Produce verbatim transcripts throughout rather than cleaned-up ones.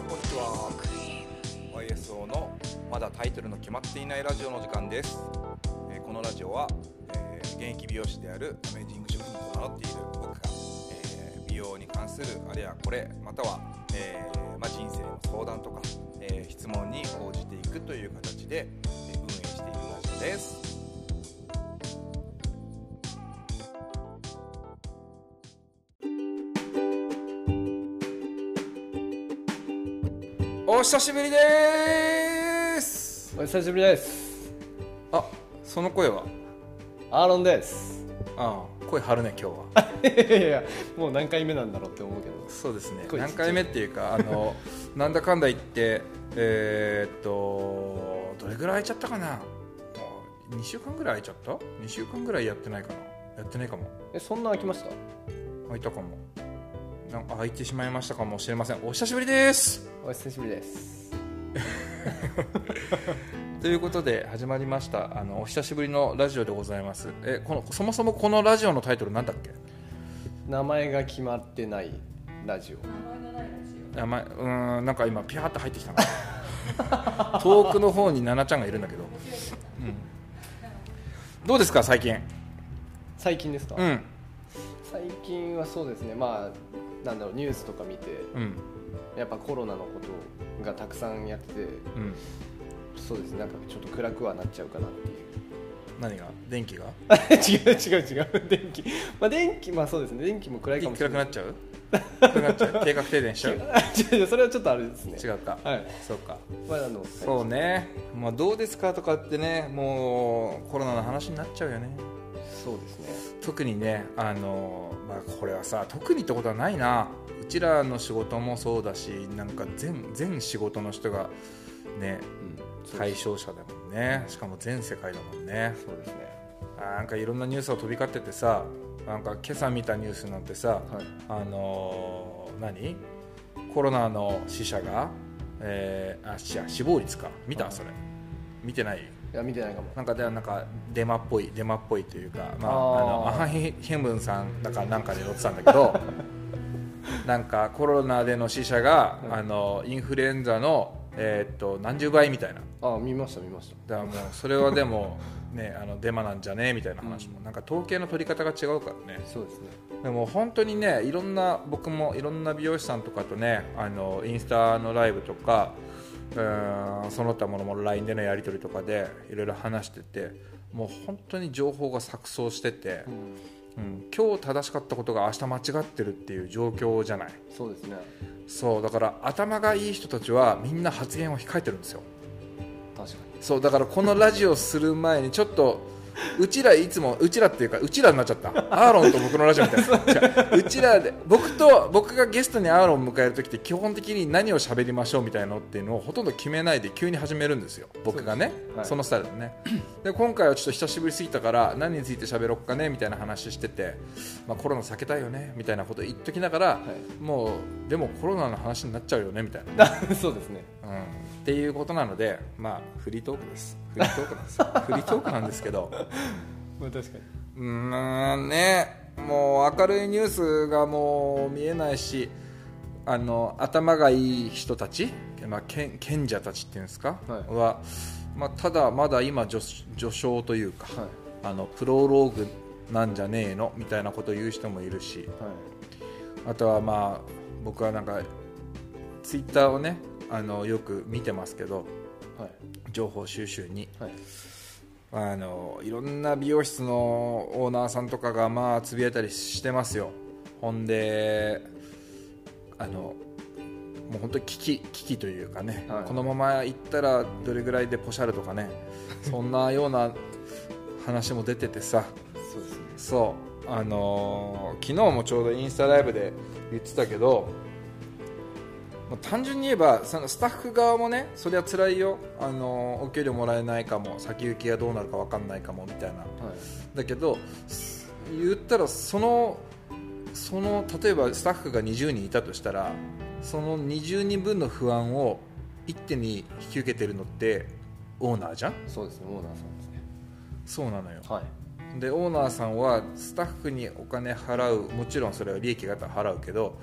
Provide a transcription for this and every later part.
こんにちは。 ワイエスオー のまだタイトルの決まっていないラジオの時間です。えー、このラジオは、えー、現役美容師であるアメージング職人と名乗っている僕が、えー、美容に関するあれやこれまたは、えーまあ、人生の相談とか、えー、質問に応じていくという形で、えー、運営しているラジオです。お久しぶりです。 お久しぶりです。 あ、その声はアーロンです。 ああ、声張るね今日は。 いやいや、もう何回目なんだろうって思うけど。 そうですね、何回目っていうか、あのなんだかんだ言ってえー、っとどれぐらい空いちゃったかな。にしゅうかんぐらい空いちゃった。にしゅうかんぐらいやってないかな。やってないかも。 え、そんな空きました？ 空いたかも。なんか空いてしまいましたかもしれません。お久しぶりです。 お久しぶりですということで始まりましたあのお久しぶりのラジオでございます。えこのそもそもこのラジオのタイトルなんだっけ？ 名前が決まってないラジオ。 名前うーんなんか今ピャーって入ってきたな遠くの方にナナちゃんがいるんだけど、うん、どうですか最近？ 最近ですか？ うん、 最近はそうですね、まあなんだろう、ニュースとか見て、 うん、 やっぱコロナのことがたくさんやってて、うん、そうですね、なんかちょっと暗くはなっちゃうかなっていう。 何が？電気が？ 違う違う違う電気、まあ電気、まあそうですね、電気も暗いかもしれない。 暗くなっちゃう？暗くなっちゃう？計画停電しちゃう？ 違うそれはちょっとあれですね。 違うか。 はい。 そうか。 まああのそうね。まあどうですかとかってね、もうコロナの話になっちゃうよね。 そうですね。 特にね、あのまあこれはさ、特にってことはないな。うちらの仕事もそうだし、なんか全全仕事の人がね、うん、対象者だもんね。しかも全世界だもんね。 そうですね。 なんかいろんなニュースを飛び交っててさ、なんか今朝見たニュースなんてさ、はい、あのー、何コロナの死者が、えー、あ死死亡率か見た、はい、それ見てない？ いや見てないかも。 なんかでなんかデマっぽいデマっぽいというか、まあ、あのアハンヘムンさんだかなんかで載ってたんだけどなんかコロナでの死者が、はい、あのインフルエンザの、えー、っと何十倍みたいな。 ああ見ました見ました。 だからもうそれはでもね、あのデマなんじゃねみたいな話も、うん、なんか統計の取り方が違うからね。 そうですね。 でも本当にね、いろんな僕もいろんな美容師さんとかとね、あのインスタのライブとか、うん、その他ものも ライン でのやり取りとかでいろいろ話してて、もう本当に情報が錯綜してて、うんうん、今日正しかったことが明日間違ってるっていう状況じゃない。 そうですね。 そうだから頭がいい人たちはみんな発言を控えてるんですよ。 確かに。 そうだからこのラジオする前にちょっとうちらいつもうちらっていうかうちらになっちゃったアーロンと僕のラジオみたいなうちらで僕と僕がゲストにアーロンを迎える時って基本的に何を喋りましょうみたいなのっていうのをほとんど決めないで急に始めるんですよ僕がね。 そ,、はい、そのスタイルでねで今回はちょっと久しぶりすぎたから何について喋ろっかねみたいな話してて、まあ、コロナ避けたいよねみたいなこと言っときながら、はい、もうでもコロナの話になっちゃうよねみたいなそうですね、 うん、っていうことなので、まあフリートークですフリートークなんですフリートークなんですけどまあ確かにうーんね、もう明るいニュースがもう見えないし、あの頭がいい人たち、まあ、賢, 賢者たちっていうんですか、はいはまあ、ただまだ今 序, 序章というか、はい、あのプロローグなんじゃねえのみたいなことを言う人もいるし、はい、あとはまあ僕はなんかツイッターをねあのよく見てますけど、はい、情報収集に、はい、あのいろんな美容室のオーナーさんとかがまあつぶやいたりしてますよ。ほんであのもう本当に危機危機というかね、はい、このままいったらどれぐらいでポシャるとかねそんなような話も出ててさそうですね、そうあのー、昨日もちょうどインスタライブで言ってたけど、単純に言えばそのスタッフ側もねそれは辛いよ、あのお給料もらえないかも先行きがどうなるか分かんないかもみたいな、はい、だけど言ったらそのその例えばスタッフがにじゅうにんいたとしたらそのにじゅうにんぶんの不安を一手に引き受けてるのってオーナーじゃん。 そうですね、オーナーさんですね。 そうなのよ、 はい、 でオーナーさんはスタッフにお金払う、もちろんそれは利益があったら払うけど、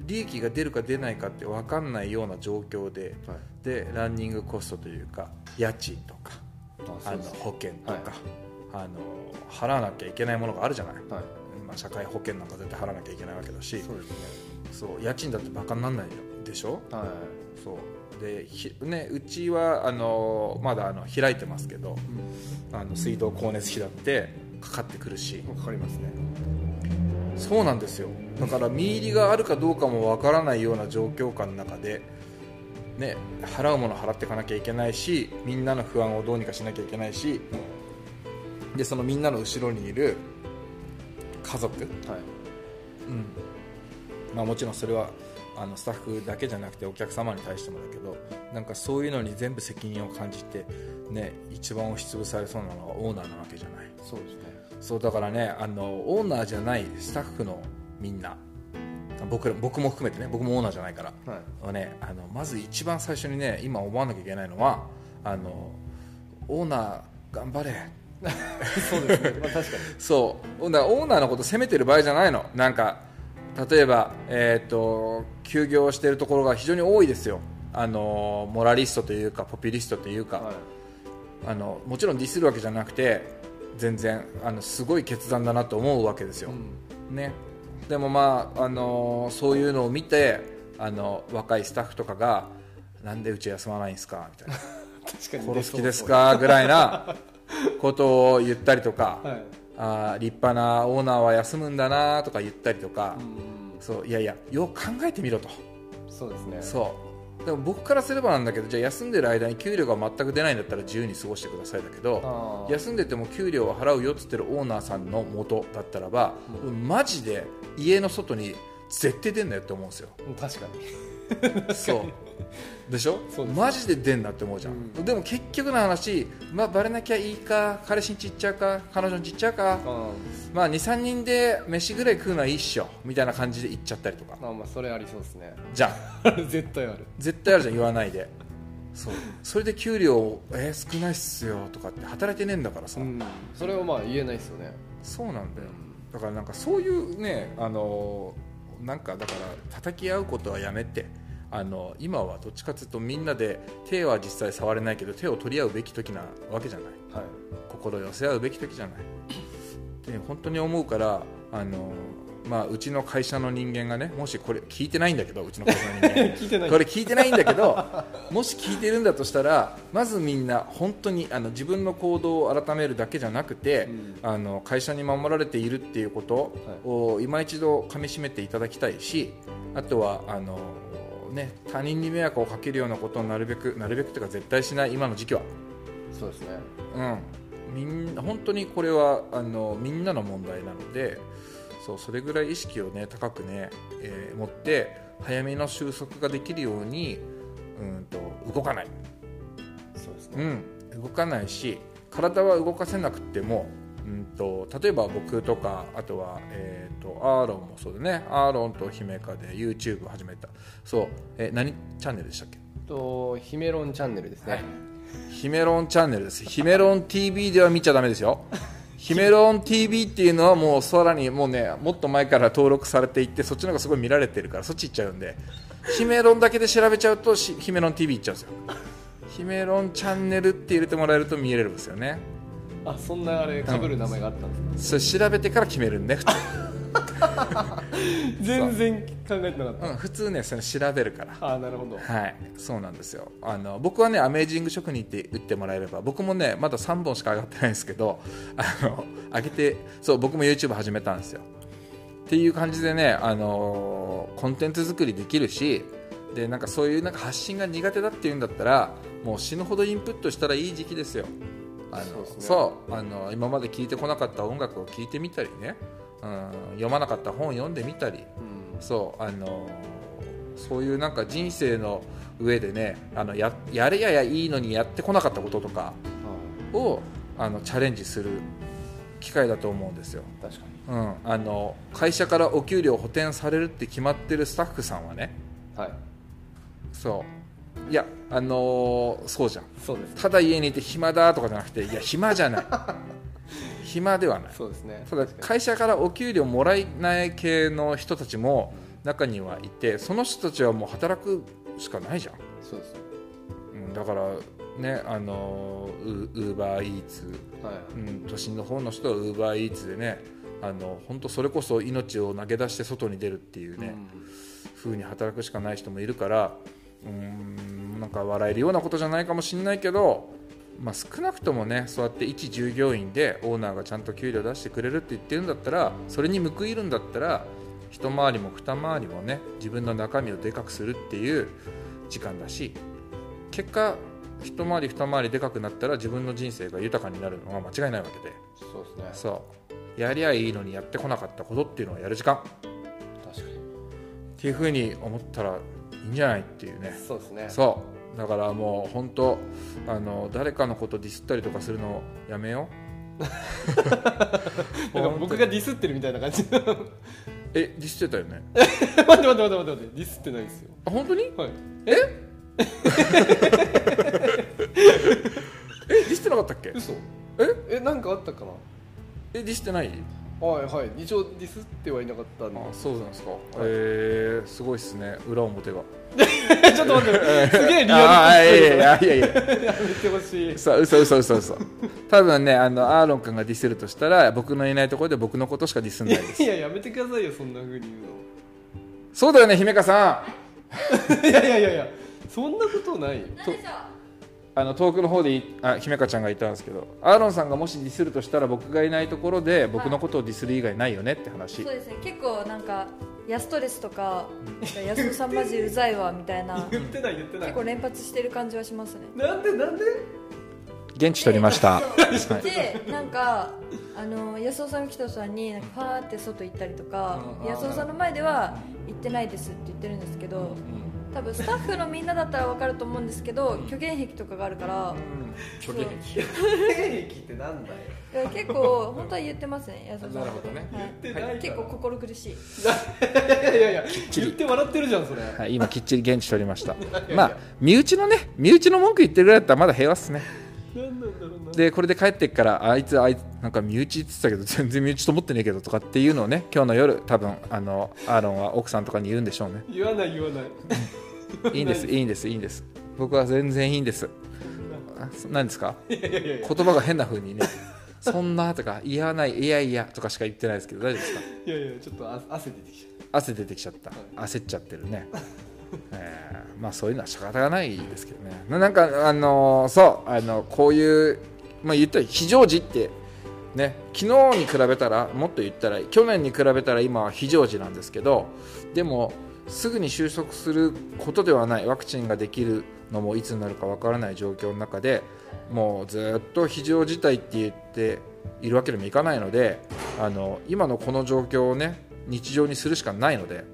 利益が出るか出ないかって分かんないような状況で、はい、でランニングコストというか家賃とかああの保険とか、はい、あの払わなきゃいけないものがあるじゃない、はい、まあ、社会保険なんか絶対払わなきゃいけないわけだし、そうですね、そう家賃だってバカにならないでしょ、はい、そうでひ、ね、うちはあのまだあの開いてますけど、うん、あの水道光熱費だってかかってくるし、 かかりますね。 そうなんですよ。だから身入りがあるかどうかもわからないような状況下の中で、ね、払うもの払っていかなきゃいけないし、みんなの不安をどうにかしなきゃいけないし、でそのみんなの後ろにいる家族、はい、うんまあ、もちろんそれはあのスタッフだけじゃなくてお客様に対してもだけど、なんかそういうのに全部責任を感じて、ね、一番押しつぶされそうなのはオーナーなわけじゃない。 そうですね。 そうだからね、あのオーナーじゃないスタッフのみんな、 僕, 僕も含めてね、僕もオーナーじゃないから、はい、ね、あのまず一番最初にね今思わなきゃいけないのは、あのオーナー頑張れそうですね、まあ、確かにそうだからオーナーのこと責めてる場合じゃないの。なんか例えば、えー、と休業しているところが非常に多いですよ。あのモラリストというかポピュリストというか、はい、あのもちろんディスるわけじゃなくて、全然あのすごい決断だなと思うわけですよ、うん、ね。でもまあ、あのそういうのを見て、あの若いスタッフとかがなんでうち休まないんですかみたいな確かに殺す気ですかぐらいなことを言ったりとか、はい、あ立派なオーナーは休むんだなとか言ったりとか、うん、そういやいやよく考えてみろと。 そうですね。 そうでも僕からすればなんだけど、じゃあ休んでる間に給料が全く出ないんだったら自由に過ごしてくださいだけど、休んでても給料を払うよって言ってるオーナーさんの元だったらば、うん、マジで家の外に絶対出んなよって思うんですよ。 確かにそうでしょ。そうですね、マジで出んなって思うじゃん、うん、でも結局の話、まあ、バレなきゃいいか、彼氏んち行っちゃうか、彼女んち行っちゃうか、まあ、にさんにんで飯ぐらい食うのはいいっしょみたいな感じで行っちゃったりとか、 まあまあそれありそうですね。 じゃあ絶対ある絶対あるじゃん、言わないで。そうそれで給料、えー、少ないっすよとかって働いてねえんだからさ、うん、 それをまあ言えないですよね。 そうなんだよ。だからなんかそういうね、あのなんかだから叩き合うことはやめて、あの今はどっちかというとみんなで手は実際触れないけど手を取り合うべき時なわけじゃない、はい、心寄せ合うべき時じゃないで本当に思うから、あのまあ、うちの会社の人間がね、もしこれ聞いてないんだけど、うちの会社の人間聞いてないこれ聞いてないんだけどもし聞いてるんだとしたら、まずみんな本当にあの自分の行動を改めるだけじゃなくて、うん、あの会社に守られているっていうことを今一度かみしめていただきたいし、あとはあのね、他人に迷惑をかけるようなことをなるべくなるべくというか絶対しない、今の時期は。 そうですね、 うん、みんな本当にこれはあのみんなの問題なので、そうそれぐらい意識を、ね、高く、ねえー、持って早めの収束ができるように、うんと動かない。 そうですね、 うん、動かないし、体は動かせなくても、うんと例えば僕とか、あとは、えー、とアーロンもそうだね、アーロンと姫香で YouTube を始めた。そう、えー、何チャンネルでしたっけ？ とヒメロンチャンネルですね、はい、 ヒメロンチャンネルです。ヒメロン ティーブイ では見ちゃダメですよヒメロン ティーブイ っていうのはもうさらにもうね、もっと前から登録されていって、そっちの方がすごい見られてるからそっち行っちゃうんで、ヒメロンだけで調べちゃうとヒメロン ティーブイ 行っちゃうんですよ。ヒメロンチャンネルって入れてもらえると見れるんですよね。 あ、そんなあれ被る名前があったんですか？ うん、それ調べてから決めるんで、普通全然考えてなかった、 うん、普通ねそれ調べるから。 あ、なるほど、 はい、そうなんですよ。あの僕はねアメージング職人って打ってもらえれば、僕もねまださんぼんしか上がってないんですけど、あの上げて、そう僕も YouTube 始めたんですよっていう感じでね、あのコンテンツ作りできるし、でなんかそういうなんか発信が苦手だっていうんだったら、もう死ぬほどインプットしたらいい時期ですよ。あのそうですね、そうあの今まで聴いてこなかった音楽を聴いてみたりね、うん、読まなかった本を読んでみたり、うん、そうあのそういうなんか人生の上でね、あの や, やれややいいのにやってこなかったこととかを、うん、あのチャレンジする機会だと思うんですよ。 確かに、 うん、あの会社からお給料補填されるって決まってるスタッフさんはね、 はい、 そういや、あのー、そうじゃん。 そうです、ね、 ただ家にいて暇だとかじゃなくて、いや暇じゃない暇ではない。 そうですね、 ただ会社からお給料もらえない系の人たちも中にはいて、その人たちはもう働くしかないじゃん。 そうですね、 うん、だからね、あのウーバーイーツ、 はい、 うん、都心の方の人はウーバーイーツでね、あの本当それこそ命を投げ出して外に出るっていうね、うん、風に働くしかない人もいるから、うーん、なんか笑えるようなことじゃないかもしれないけど、まあ、少なくともね、そうやって一従業員でオーナーがちゃんと給料出してくれるって言ってるんだったら、それに報いるんだったら、一回りも二回りもね、自分の中身をでかくするっていう時間だし、結果一回り二回りでかくなったら自分の人生が豊かになるのは間違いないわけで、 そうですね、 そうやりゃいいのにやってこなかったことっていうのをやる時間、 確かにっていう風に思ったらいいんじゃないっていうね。 そうですね、 そうだからもう本当、あの誰かのことディスったりとかするのやめようなんか僕がディスってるみたいな感じえ、ディスってたよね待って待って待って待って待って、ディスってないですよ。 あ、本当に？ はい、 ええ、ディスってなかったっけ？ 嘘？ ええ、なんかあったかな？ え、ディスってない？ はいはい、一応ディスってはいなかったんで。 あ、そうなんですか、はい、えー、すごいっすね、裏表がちょっと待ってすげえリアルあ、いやいやいやいやいややめてほしい。 さ嘘嘘嘘嘘多分ね、あのアーロン君がディスるとしたら、僕のいないところで僕のことしかディスんないです。 いややめてくださいよ、そんな風に言うの。 そうだよね、姫香さんいやいやいやいや、そんなことないよ。 あの遠くの方であ姫香ちゃんがいたんですけど、アーロンさんがもしディスるとしたら、僕がいないところで僕のことをディスる以外ないよねって話。 そうですね、結構なんかヤストレスとか、ヤストさんマジうざいわみたいな言ってない言ってない、 結構連発してる感じはしますね。 なんでなんで現地取りました。 で、なんかあの安尾さんが来たさんになんかパーって外行ったりとか、安尾さんの前では行ってないですって言ってるんですけど、多分スタッフのみんなだったら分かると思うんですけど、虚言癖とかがあるから、 虚言癖虚言癖ってなんだよ。 結構本当は言ってますね、安尾さん。 なるほどね、 はい、結構心苦しい。いやいやいや、言って笑ってるじゃんそれ。 はい、今きっちり現地取りましたまあ身内のね、身内の文句言ってるぐらいだったらまだ平和っすね。 なんなんだろうな。 でこれで帰ってっから、あいつあいつなんか身内って言ってたけど全然身内と思ってねえけどとかっていうのをね、今日の夜多分あのアーロンは奥さんとかに言うんでしょうね。 言わない言わないいいんですいいんですいいんです、僕は全然いいんです。何ですか？ いやいやいや、 言葉が変な風にねそんなとか言わない、いやいやとかしか言ってないですけど、大丈夫ですか？ いやいや、ちょっと汗出てきちゃった。 汗出てきちゃった、はい、焦っちゃってるねえー、まあそういうのは仕方がないですけどね。なんかあのー、そうあのこういう、まあ、言ったら非常時ってね、昨日に比べたら、もっと言ったら去年に比べたら今は非常時なんですけど、でもすぐに収束することではない、ワクチンができるのもいつになるかわからない状況の中で、もうずっと非常事態って言っているわけにもいかないので、あの今のこの状況をね日常にするしかないので、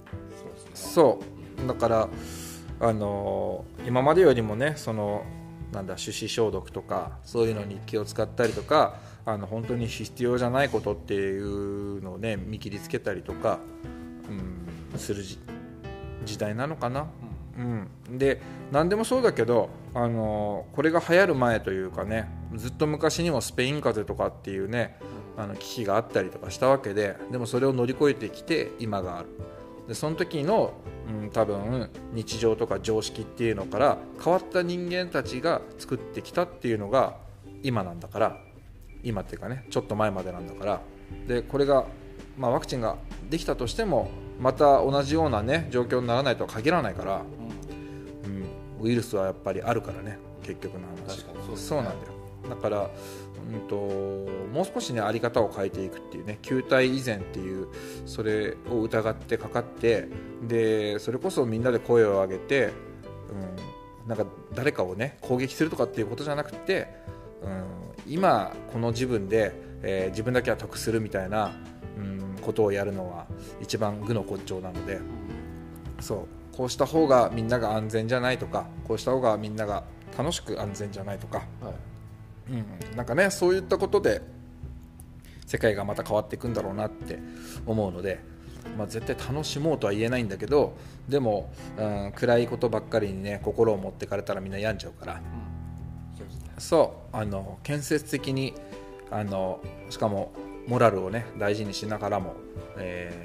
そうだからあの今までよりもね、そのなんだ手指消毒とかそういうのに気を使ったりとか、あの本当に必要じゃないことっていうのをね見切りつけたりとか、うん、する時代なのかな、うんうん、で何でもそうだけど、あのこれが流行る前というかね、ずっと昔にもスペイン風邪とかっていうねあの危機があったりとかしたわけで、でもそれを乗り越えてきて今がある。でその時の、うん、多分日常とか常識っていうのから変わった人間たちが作ってきたっていうのが今なんだから、今っていうかねちょっと前までなんだから、でこれが、まあ、ワクチンができたとしてもまた同じようなね状況にならないとは限らないから、うん、ウイルスはやっぱりあるからね、結局の話。 確かにそうですね。 そうなんだよ。だから、うんと、もう少しねあり方を変えていくっていうね、球体以前っていうそれを疑ってかかって、でそれこそみんなで声を上げて、うん、なんか誰かをね攻撃するとかっていうことじゃなくて、うん、今この自分で、えー、自分だけは得するみたいな、うん、ことをやるのは一番愚の骨頂なので、そうこうした方がみんなが安全じゃないとか、こうした方がみんなが楽しく安全じゃないとか、はいうん、なんかねそういったことで世界がまた変わっていくんだろうなって思うので、まあ、絶対楽しもうとは言えないんだけど、でも、うん、暗いことばっかりにね心を持ってかれたらみんな病んじゃうから、うんそうですね、そうあの建設的にあのしかもモラルをね大事にしながらも、えー、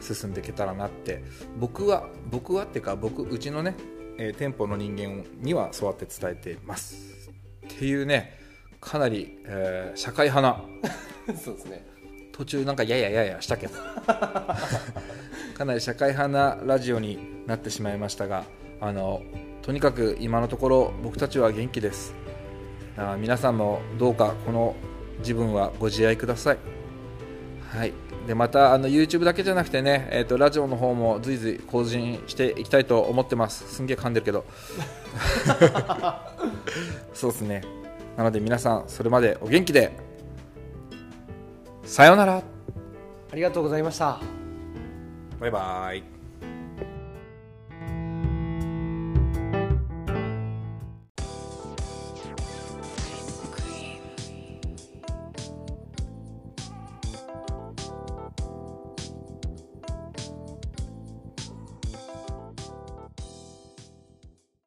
進んでいけたらなって僕は僕はっていうか僕うちのね、えー、店舗の人間にはそうやって伝えてますっていうね、かなり、えー、社会派なそうですね、 途中なんかややややしたけどかなり社会派なラジオになってしまいましたが、あのとにかく今のところ僕たちは元気です。あ皆さんもどうかこの自分はご自愛ください。はい、でまたあの YouTube だけじゃなくてね、えー、とラジオの方も随時更新していきたいと思ってます。すんげえ噛んでるけどそうですね。なので皆さんそれまでお元気で、さようなら。 ありがとうございました。 バイバイ。